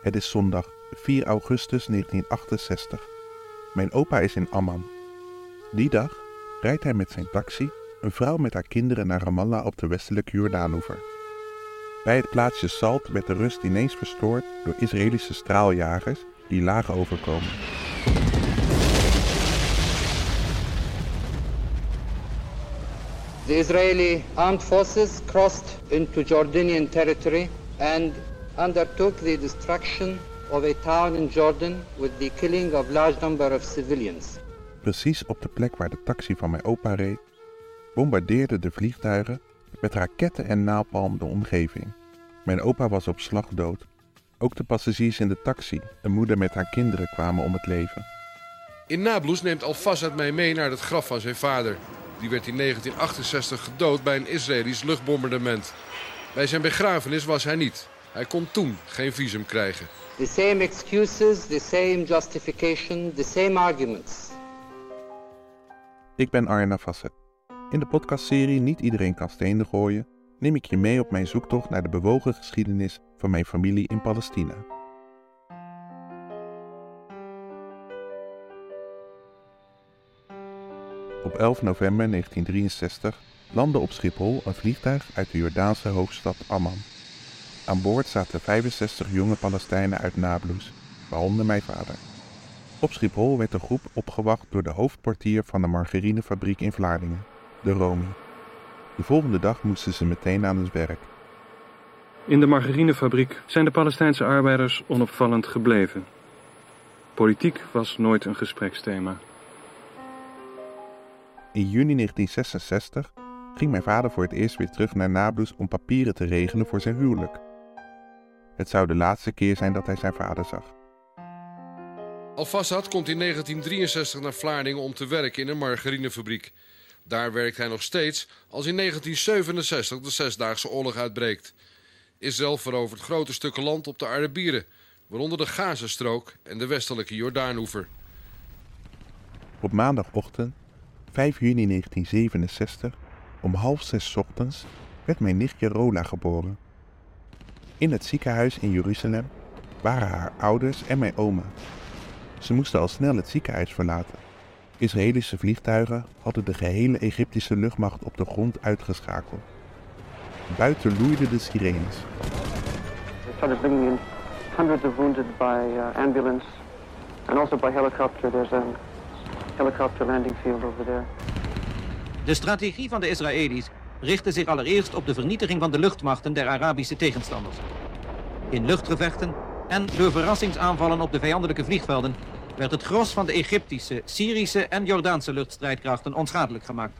Het is zondag 4 augustus 1968. Mijn opa is in Amman. Die dag rijdt hij met zijn taxi een vrouw met haar kinderen naar Ramallah op de westelijke Jordaanoever. Bij het plaatsje Salt werd de rust ineens verstoord door Israëlische straaljagers die laag overkomen. The Israeli armed forces crossed into Jordanian territory and undertook the destruction of a town in Jordan with the killing of large number of civilians. Precies op de plek waar de taxi van mijn opa reed, bombardeerden de vliegtuigen met raketten en napalm de omgeving. Mijn opa was op slag dood. Ook de passagiers in de taxi, een moeder met haar kinderen, kwamen om het leven. In Nablus neemt Al-Fassad mij mee naar het graf van zijn vader. Die werd in 1968 gedood bij een Israëlisch luchtbombardement. Bij zijn begrafenis was hij niet. Hij kon toen geen visum krijgen. The same excuses, the same justification, the same arguments. Ik ben Arjen Fassad. In de podcastserie Niet iedereen kan stenen gooien neem ik je mee op mijn zoektocht naar de bewogen geschiedenis van mijn familie in Palestina. Op 11 november 1963 landde op Schiphol een vliegtuig uit de Jordaanse hoofdstad Amman. Aan boord zaten 65 jonge Palestijnen uit Nablus, waaronder mijn vader. Op Schiphol werd de groep opgewacht door de hoofdportier van de margarinefabriek in Vlaardingen, de Romi. De volgende dag moesten ze meteen aan het werk. In de margarinefabriek zijn de Palestijnse arbeiders onopvallend gebleven. Politiek was nooit een gespreksthema. In juni 1966 ging mijn vader voor het eerst weer terug naar Nablus om papieren te regelen voor zijn huwelijk. Het zou de laatste keer zijn dat hij zijn vader zag. Al-Fassad komt in 1963 naar Vlaardingen om te werken in een margarinefabriek. Daar werkt hij nog steeds als in 1967 de Zesdaagse Oorlog uitbreekt. Israël verovert grote stukken land op de Arabieren, waaronder de Gazastrook en de westelijke Jordaanoever. Op maandagochtend, 5 juni 1967, om 5:30 ochtends, werd mijn nichtje Rola geboren. In het ziekenhuis in Jeruzalem waren haar ouders en mijn oma. Ze moesten al snel het ziekenhuis verlaten. Israëlische vliegtuigen hadden de gehele Egyptische luchtmacht op de grond uitgeschakeld. Buiten loeiden de sirenes. They started bringing in hundreds of wounded by ambulance and also by helicopter. There's a helicopter landing field over there. De strategie van de Israëli's richtte zich allereerst op de vernietiging van de luchtmachten der Arabische tegenstanders. In luchtgevechten en door verrassingsaanvallen op de vijandelijke vliegvelden werd het gros van de Egyptische, Syrische en Jordaanse luchtstrijdkrachten onschadelijk gemaakt.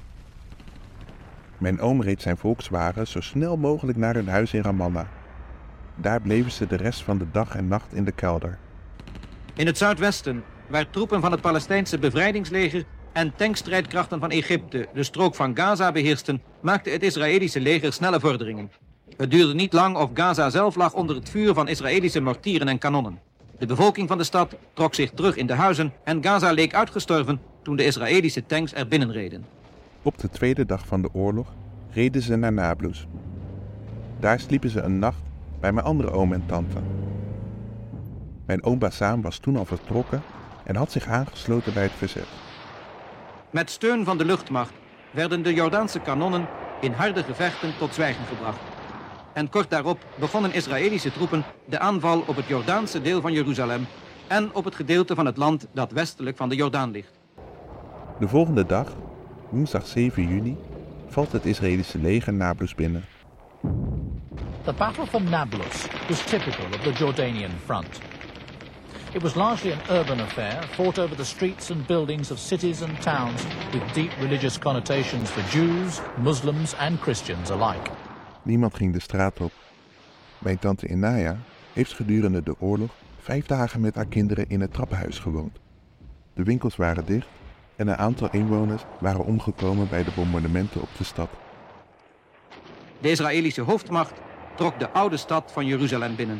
Mijn oom reed zijn Volkswagen zo snel mogelijk naar hun huis in Ramallah. Daar bleven ze de rest van de dag en nacht in de kelder. In het zuidwesten, waar troepen van het Palestijnse bevrijdingsleger en tankstrijdkrachten van Egypte de strook van Gaza beheersten, maakte het Israëlische leger snelle vorderingen. Het duurde niet lang of Gaza zelf lag onder het vuur van Israëlische mortieren en kanonnen. De bevolking van de stad trok zich terug in de huizen en Gaza leek uitgestorven toen de Israëlische tanks er binnenreden. Op de tweede dag van de oorlog reden ze naar Nablus. Daar sliepen ze een nacht bij mijn andere oom en tante. Mijn oom Bassam was toen al vertrokken en had zich aangesloten bij het verzet. Met steun van de luchtmacht werden de Jordaanse kanonnen in harde gevechten tot zwijgen gebracht. En kort daarop begonnen Israëlische troepen de aanval op het Jordaanse deel van Jeruzalem en op het gedeelte van het land dat westelijk van de Jordaan ligt. De volgende dag, woensdag 7 juni, valt het Israëlische leger Nablus binnen. The Battle for Nablus was typical of the Jordanian front. It was largely an urban affair, fought over the streets and buildings of cities and towns with deep religious connotations for Jews, Muslims and Christians alike. Niemand ging de straat op. Mijn tante Inaya heeft gedurende de oorlog 5 dagen met haar kinderen in het trappenhuis gewoond. De winkels waren dicht en een aantal inwoners waren omgekomen bij de bombardementen op de stad. De Israëlische hoofdmacht trok de oude stad van Jeruzalem binnen.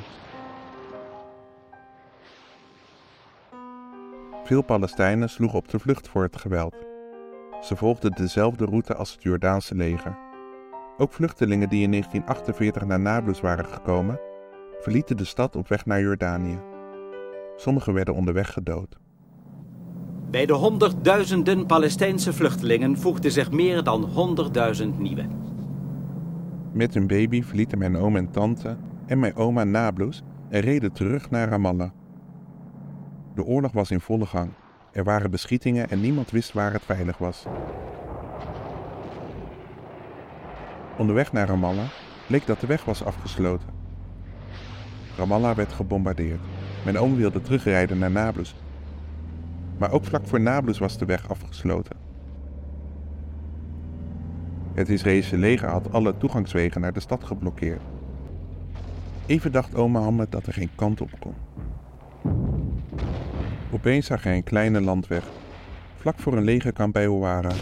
Veel Palestijnen sloegen op de vlucht voor het geweld. Ze volgden dezelfde route als het Jordaanse leger. Ook vluchtelingen die in 1948 naar Nablus waren gekomen, verlieten de stad op weg naar Jordanië. Sommigen werden onderweg gedood. Bij de honderdduizenden Palestijnse vluchtelingen voegden zich meer dan 100.000 nieuwe. Met hun baby verlieten mijn oom en tante en mijn oma Nablus en reden terug naar Ramallah. De oorlog was in volle gang. Er waren beschietingen en niemand wist waar het veilig was. Onderweg naar Ramallah bleek dat de weg was afgesloten. Ramallah werd gebombardeerd. Mijn oom wilde terugrijden naar Nablus. Maar ook vlak voor Nablus was de weg afgesloten. Het Israëlische leger had alle toegangswegen naar de stad geblokkeerd. Even dacht oom Mohammed dat er geen kant op kon. Opeens zag hij een kleine landweg, vlak voor een legerkamp bij Ouara.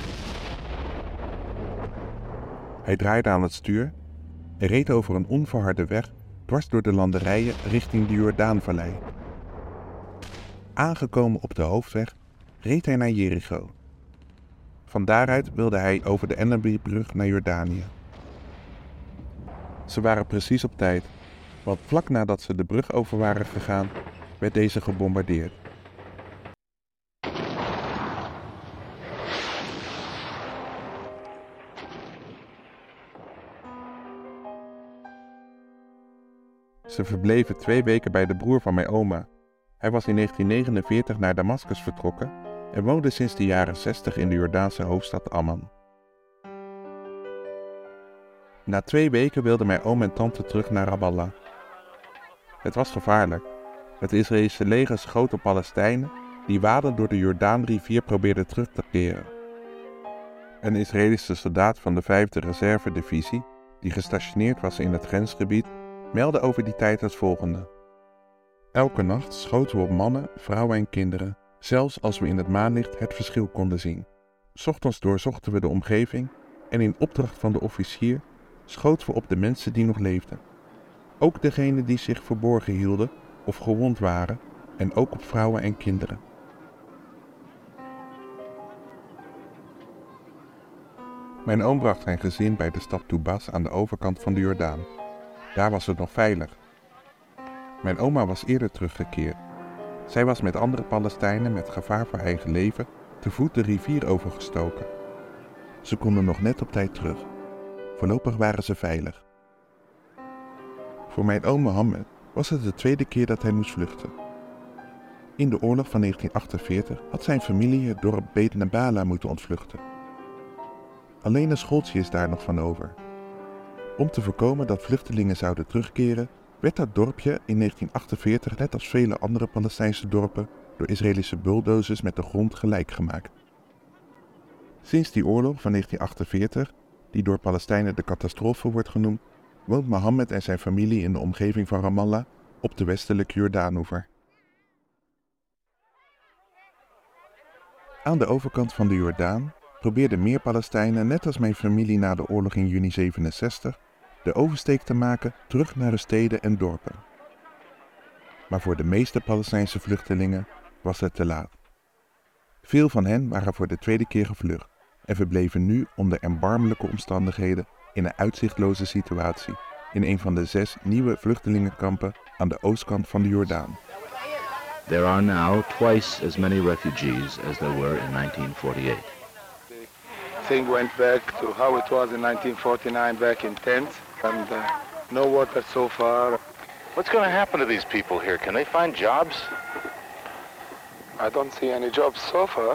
Hij draaide aan het stuur en reed over een onverharde weg dwars door de landerijen richting de Jordaanvallei. Aangekomen op de hoofdweg reed hij naar Jericho. Van daaruit wilde hij over de Ennebybrug naar Jordanië. Ze waren precies op tijd, want vlak nadat ze de brug over waren gegaan, werd deze gebombardeerd. Ze verbleven 2 weken bij de broer van mijn oma. Hij was in 1949 naar Damascus vertrokken en woonde sinds de jaren 60 in de Jordaanse hoofdstad Amman. Na 2 weken wilden mijn oom en tante terug naar Ramallah. Het was gevaarlijk. Het Israëlische leger schoot op Palestijnen die wadend door de Jordaanrivier probeerden terug te keren. Een Israëlische soldaat van de 5e reservedivisie, die gestationeerd was in het grensgebied, meldde over die tijd het volgende. Elke nacht schoten we op mannen, vrouwen en kinderen, zelfs als we in het maanlicht het verschil konden zien. 's Ochtends doorzochten we de omgeving en in opdracht van de officier schoten we op de mensen die nog leefden. Ook degenen die zich verborgen hielden of gewond waren en ook op vrouwen en kinderen. Mijn oom bracht zijn gezin bij de stad Toubas aan de overkant van de Jordaan. Daar was het nog veilig. Mijn oma was eerder teruggekeerd. Zij was met andere Palestijnen met gevaar voor eigen leven te voet de rivier overgestoken. Ze konden nog net op tijd terug. Voorlopig waren ze veilig. Voor mijn oom Mohammed was het de 2e keer dat hij moest vluchten. In de oorlog van 1948 had zijn familie het dorp Bet Nabala moeten ontvluchten. Alleen een schooltje is daar nog van over. Om te voorkomen dat vluchtelingen zouden terugkeren, werd dat dorpje in 1948, net als vele andere Palestijnse dorpen, door Israëlische bulldozers met de grond gelijk gemaakt. Sinds die oorlog van 1948, die door Palestijnen de catastrofe wordt genoemd, woont Mohammed en zijn familie in de omgeving van Ramallah op de westelijke Jordaanoever. Aan de overkant van de Jordaan probeerden meer Palestijnen, net als mijn familie na de oorlog in juni 67, de oversteek te maken terug naar de steden en dorpen. Maar voor de meeste Palestijnse vluchtelingen was het te laat. Veel van hen waren voor de 2e keer gevlucht en verbleven nu onder erbarmelijke omstandigheden in een uitzichtloze situatie in een van de 6 nieuwe vluchtelingenkampen aan de oostkant van de Jordaan. There are now twice as many refugees as there were in 1948. The thing went back to how it was in 1949, back in tents, and no water so far. What's going to happen to these people here? Can they find jobs? I don't see any jobs so far.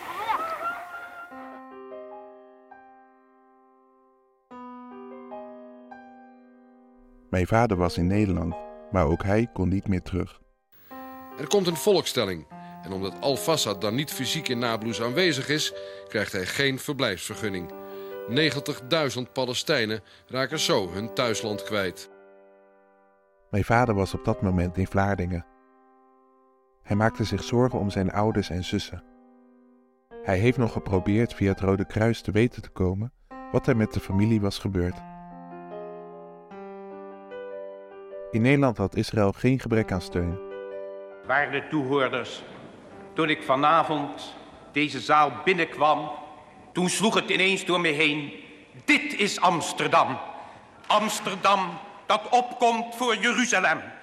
Mijn vader was in Nederland, maar ook hij kon niet meer terug. Er komt een volkstelling en omdat Al-Fassad dan niet fysiek in Nablus aanwezig is, krijgt hij geen verblijfsvergunning. 90.000 Palestijnen raken zo hun thuisland kwijt. Mijn vader was op dat moment in Vlaardingen. Hij maakte zich zorgen om zijn ouders en zussen. Hij heeft nog geprobeerd via het Rode Kruis te weten te komen wat er met de familie was gebeurd. In Nederland had Israël geen gebrek aan steun. Waarde toehoorders, toen ik vanavond deze zaal binnenkwam, toen sloeg het ineens door me heen. Dit is Amsterdam. Amsterdam dat opkomt voor Jeruzalem.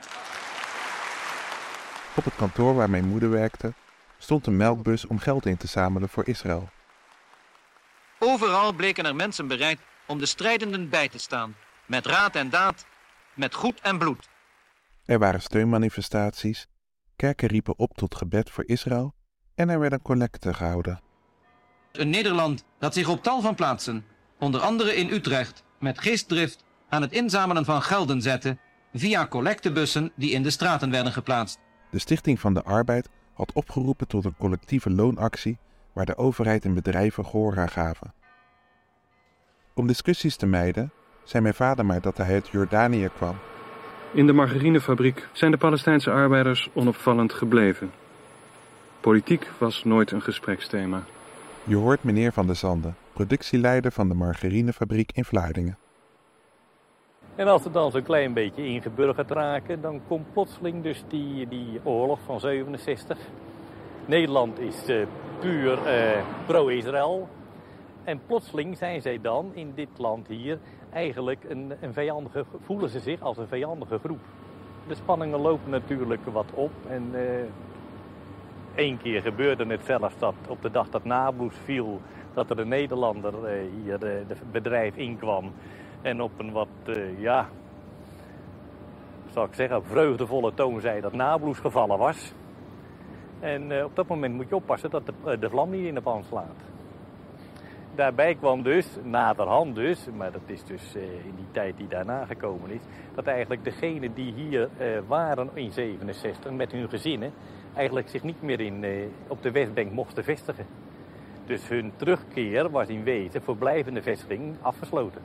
Op het kantoor waar mijn moeder werkte, stond een melkbus om geld in te zamelen voor Israël. Overal bleken er mensen bereid om de strijdenden bij te staan. Met raad en daad, met goed en bloed. Er waren steunmanifestaties, kerken riepen op tot gebed voor Israël en er werden collecten gehouden. Een Nederland dat zich op tal van plaatsen, onder andere in Utrecht, met geestdrift aan het inzamelen van gelden zette via collectebussen die in de straten werden geplaatst. De Stichting van de Arbeid had opgeroepen tot een collectieve loonactie waar de overheid en bedrijven gehoor aan gaven. Om discussies te mijden, zei mijn vader maar dat hij uit Jordanië kwam. In de margarinefabriek zijn de Palestijnse arbeiders onopvallend gebleven. Politiek was nooit een gespreksthema. Je hoort meneer Van der Zanden, productieleider van de margarinefabriek in Vlaardingen. En als we dan zo'n klein beetje ingeburgerd raken, dan komt plotseling dus die oorlog van 67. Nederland is puur pro-Israël. En plotseling zijn zij dan in dit land hier eigenlijk een vijandige, voelen ze zich als een vijandige groep. De spanningen lopen natuurlijk wat op. En 1 keer gebeurde het zelfs dat op de dag dat Nablus viel, dat er een Nederlander hier het bedrijf inkwam. En op een wat, zal ik zeggen, vreugdevolle toon zei dat Nablus gevallen was. En op dat moment moet je oppassen dat de vlam niet in de pan slaat. Daarbij kwam dus, naderhand dus, maar dat is dus in die tijd die daarna gekomen is, dat eigenlijk degenen die hier waren in 67 met hun gezinnen, eigenlijk zich niet meer op de Westbank mochten vestigen. Dus hun terugkeer was in wezen voor blijvende vestiging afgesloten.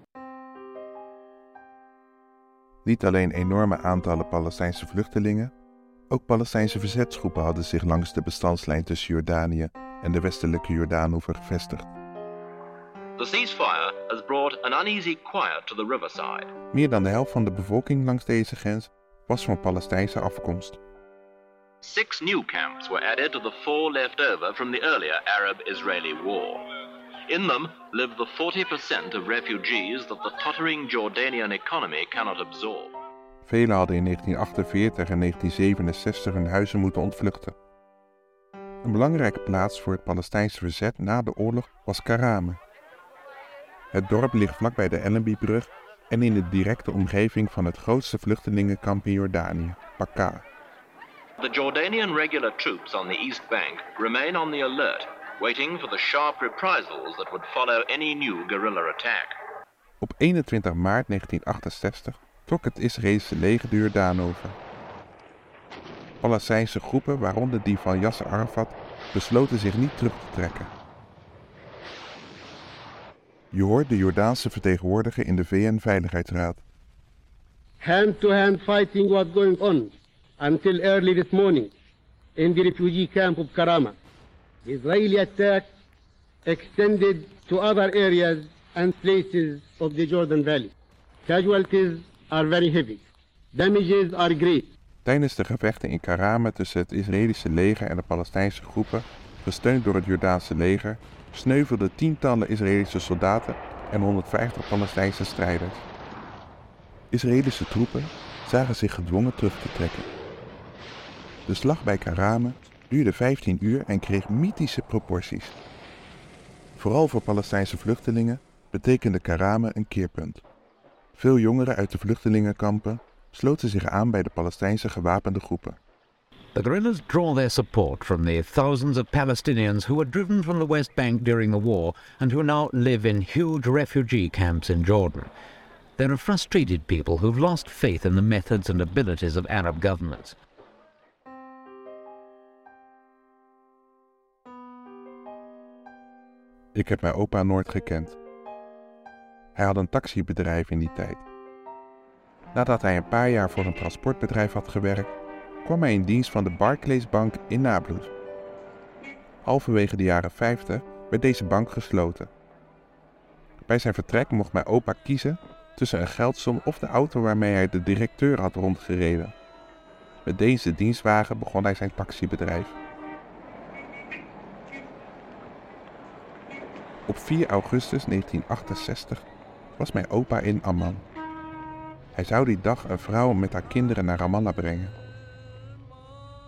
Niet alleen enorme aantallen Palestijnse vluchtelingen, ook Palestijnse verzetsgroepen hadden zich langs de bestandslijn tussen Jordanië en de westelijke Jordaanoever gevestigd. The ceasefire has brought an uneasy quiet to the riverside. Meer dan de helft van de bevolking langs deze grens was van Palestijnse afkomst. 6 new camps were added to the 4 left over from the earlier Arab-Israeli war. In them live the 40% of refugees that the tottering Jordanian economy cannot absorb. Velen hadden in 1948 en 1967 hun huizen moeten ontvluchten. Een belangrijke plaats voor het Palestijnse verzet na de oorlog was Karame. Het dorp ligt vlakbij de Allenby-brug en in de directe omgeving van het grootste vluchtelingenkamp in Jordanië, Bekaa. The Jordanian regular troops on the East Bank remain on the alert, waiting for the sharp reprisals that would follow any new guerrilla attack. Op 21 maart 1968 trok het Israëlische leger de Jordaan over. Palestijnse groepen, waaronder die van Yasser Arafat, besloten zich niet terug te trekken. Je hoort de Jordaanse vertegenwoordiger in de VN-veiligheidsraad. Hand-to-hand fighting was going on until early this morning in the refugee camp of Karama. The Israeli attack extended to other areas and places of the Jordan Valley. Casualties are very heavy. Damages are great. Tijdens de gevechten in Karama tussen het Israëlische leger en de Palestijnse groepen, gesteund door het Jordaanse leger, sneuvelden tientallen Israëlische soldaten en 150 Palestijnse strijders. Israëlische troepen zagen zich gedwongen terug te trekken. De slag bij Karama duurde 15 uur en kreeg mythische proporties. Vooral voor Palestijnse vluchtelingen betekende Karama een keerpunt. Veel jongeren uit de vluchtelingenkampen sloten zich aan bij de Palestijnse gewapende groepen. The guerrillas draw their support from the thousands of Palestinians who were driven from the West Bank during the war and who now live in huge refugee camps in Jordan. They're a frustrated people who've lost faith in the methods and abilities of Arab governments. Ik heb mijn opa nooit gekend. Hij had een taxibedrijf in die tijd. Nadat hij een paar jaar voor een transportbedrijf had gewerkt, kwam hij in dienst van de Barclays Bank in Nablus. Halverwege de jaren 50 werd deze bank gesloten. Bij zijn vertrek mocht mijn opa kiezen tussen een geldsom of de auto waarmee hij de directeur had rondgereden. Met deze dienstwagen begon hij zijn taxibedrijf. Op 4 augustus 1968 was mijn opa in Amman. Hij zou die dag een vrouw met haar kinderen naar Ramallah brengen.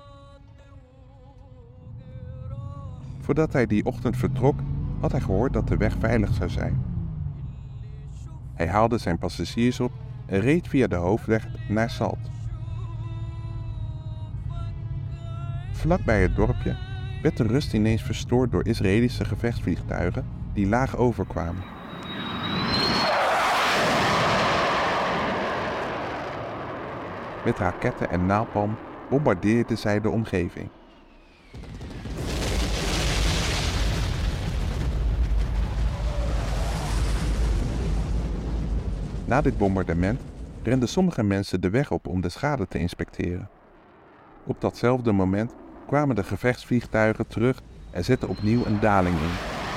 Voordat hij die ochtend vertrok, had hij gehoord dat de weg veilig zou zijn. Hij haalde zijn passagiers op en reed via de hoofdweg naar Salt. Vlak bij het dorpje werd de rust ineens verstoord door Israëlische gevechtsvliegtuigen die laag overkwamen. Met raketten en napalm bombardeerden zij de omgeving. Na dit bombardement renden sommige mensen de weg op om de schade te inspecteren. Op datzelfde moment kwamen de gevechtsvliegtuigen terug en zetten opnieuw een daling in.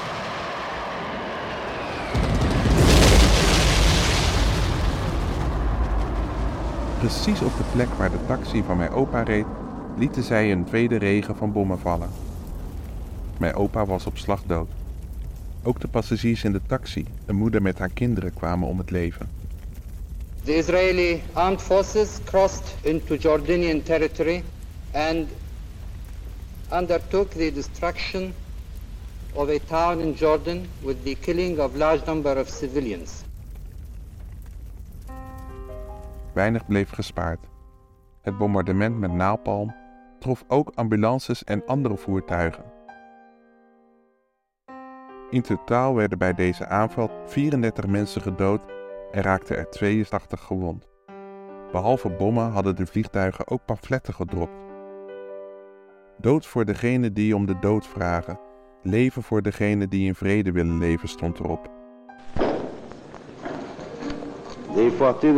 Precies op de plek waar de taxi van mijn opa reed, lieten zij een tweede regen van bommen vallen. Mijn opa was op slag dood. Ook de passagiers in de taxi, een moeder met haar kinderen, kwamen om het leven. The Israeli armed forces crossed into Jordanian territory and undertook the destruction of a town in Jordan with the killing of large number of civilians. Weinig bleef gespaard. Het bombardement met napalm trof ook ambulances en andere voertuigen. In totaal werden bij deze aanval 34 mensen gedood en raakten er 82 gewond. Behalve bommen hadden de vliegtuigen ook pamfletten gedropt. Dood voor degenen die om de dood vragen. Leven voor degenen die in vrede willen leven, stond erop. The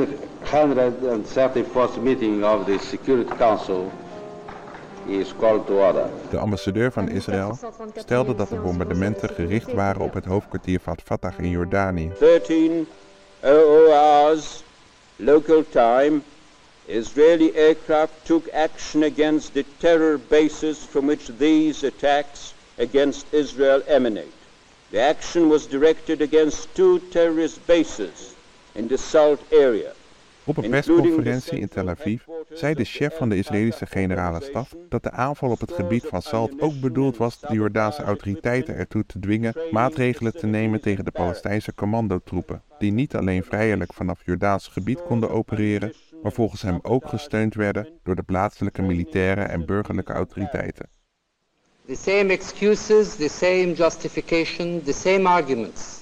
1431st meeting of the Security Council is called to order. De ambassadeur van Israël stelde dat de bombardementen gericht waren op het hoofdkwartier van Fatah in Jordanië. 13:00 hours local time, Israeli aircraft took action against the terror bases from which these attacks against Israel emanate. The action was directed against 2 terrorist bases in the Salt area. Op een persconferentie in Tel Aviv zei de chef van de Israëlische generale staf dat de aanval op het gebied van Salt ook bedoeld was de Jordaanse autoriteiten ertoe te dwingen maatregelen te nemen tegen de Palestijnse commandotroepen, die niet alleen vrijelijk vanaf Jordaans gebied konden opereren, maar volgens hem ook gesteund werden door de plaatselijke militaire en burgerlijke autoriteiten. The same excuses, the same justification, the same arguments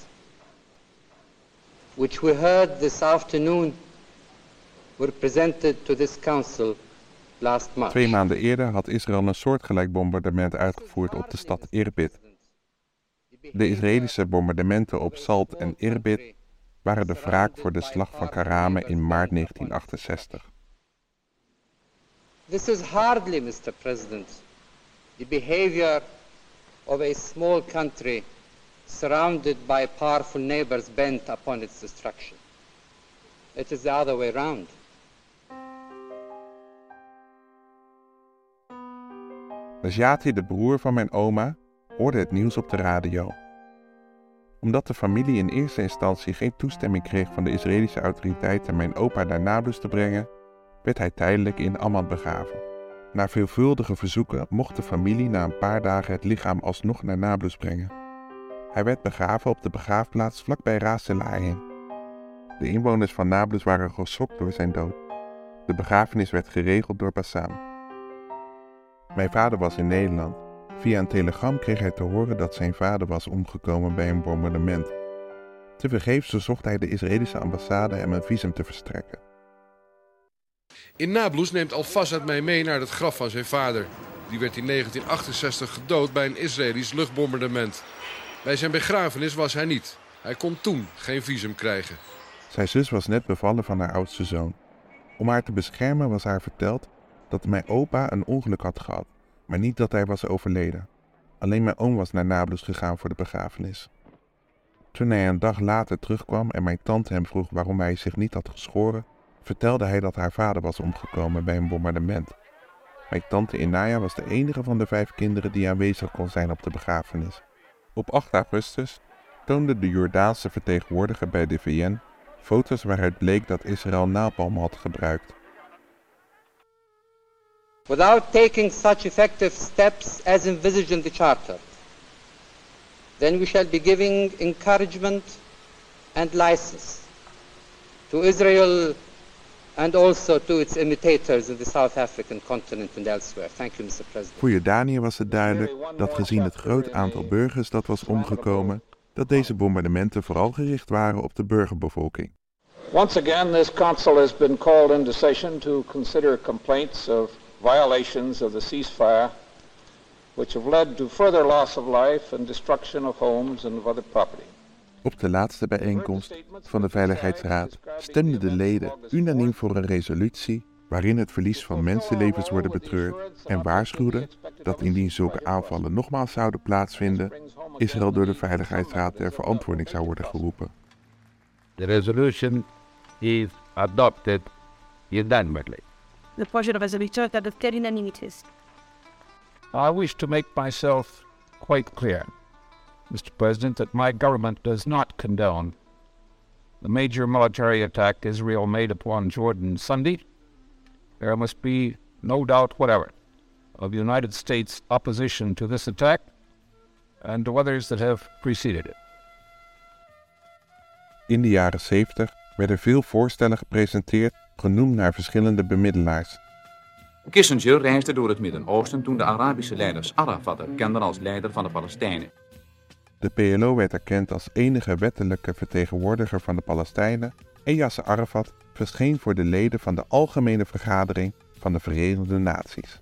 which we heard this afternoon were presented to this council last March. 2 maanden eerder had Israël een soortgelijk bombardement uitgevoerd op de stad Irbid. De Israëlische bombardementen op Salt en Irbid waren de wraak voor de slag van Karama in maart 1968. This is hardly, Mr. President, the behavior of a small country surrounded by powerful neighbors bent upon its destruction. It is the other way round. Najati, de broer van mijn oma, hoorde het nieuws op de radio. Omdat de familie in eerste instantie geen toestemming kreeg van de Israëlische autoriteiten mijn opa naar Nablus te brengen, werd hij tijdelijk in Amman begraven. Na veelvuldige verzoeken mocht de familie na een paar dagen het lichaam alsnog naar Nablus brengen. Hij werd begraven op de begraafplaats vlakbij Ras El Ain. De inwoners van Nablus waren geschokt door zijn dood. De begrafenis werd geregeld door Bassam. Mijn vader was in Nederland. Via een telegram kreeg hij te horen dat zijn vader was omgekomen bij een bombardement. Tevergeefs verzocht hij de Israëlische ambassade hem een visum te verstrekken. In Nablus neemt Al-Fassad mij mee naar het graf van zijn vader. Die werd in 1968 gedood bij een Israëlisch luchtbombardement. Bij zijn begrafenis was hij niet. Hij kon toen geen visum krijgen. Zijn zus was net bevallen van haar oudste zoon. Om haar te beschermen was haar verteld dat mijn opa een ongeluk had gehad, maar niet dat hij was overleden. Alleen mijn oom was naar Nablus gegaan voor de begrafenis. Toen hij een dag later terugkwam en mijn tante hem vroeg waarom hij zich niet had geschoren, vertelde hij dat haar vader was omgekomen bij een bombardement. Mijn tante Inaya was de enige van de 5 kinderen die aanwezig kon zijn op de begrafenis. Op 8 augustus toonde de Jordaanse vertegenwoordiger bij de VN foto's waaruit bleek dat Israël napalm had gebruikt. Without taking such effective steps as envisaged in the Charter, then we shall be giving encouragement and license to Israel and also to its imitators in the South African continent and elsewhere. Thank you, Mr. President. Voor Jordanië was het duidelijk dat gezien het groot aantal burgers dat was omgekomen, dat deze bombardementen vooral gericht waren op de burgerbevolking. Once again, this council has been called into session to consider complaints of violations of the ceasefire, which have led to further loss of life and destruction of homes and of other property. Op de laatste bijeenkomst van de Veiligheidsraad stemden de leden unaniem voor een resolutie waarin het verlies van mensenlevens worden betreurd en waarschuwde dat indien zulke aanvallen nogmaals zouden plaatsvinden, Israël door de Veiligheidsraad ter verantwoording zou worden geroepen. The resolution is adopted unanimously. The projet de résolution est adopté à l'unanimité. I wish to make myself quite clear, Mr. President, that my government does not condone the major military attack Israel made upon Jordan Sunday. There must be no doubt whatever of the United States' opposition to this attack and to others that have preceded it. In de jaren 70 werden veel voorstellen gepresenteerd, genoemd naar verschillende bemiddelaars. Kissinger reisde door het Midden-Oosten toen de Arabische leiders Arafat erkenden als leider van de Palestijnen. De PLO werd erkend als enige wettelijke vertegenwoordiger van de Palestijnen en Yasser Arafat verscheen voor de leden van de Algemene Vergadering van de Verenigde Naties.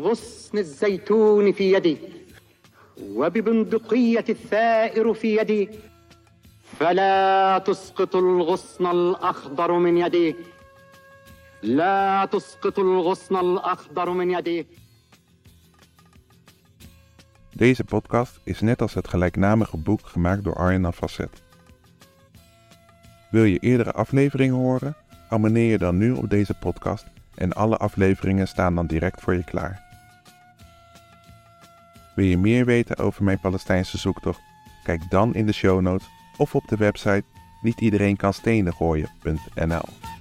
فلا تسقط الغصن الأخضر من يديه لا تسقط الغصن الأخضر من يديه. Deze podcast is net als het gelijknamige boek gemaakt door Arjen Afasset. Wil je eerdere afleveringen horen? Abonneer je dan nu op deze podcast en alle afleveringen staan dan direct voor je klaar. Wil je meer weten over mijn Palestijnse zoektocht? Kijk dan in de show notes of op de website nietiedereenkanstenengooien.nl.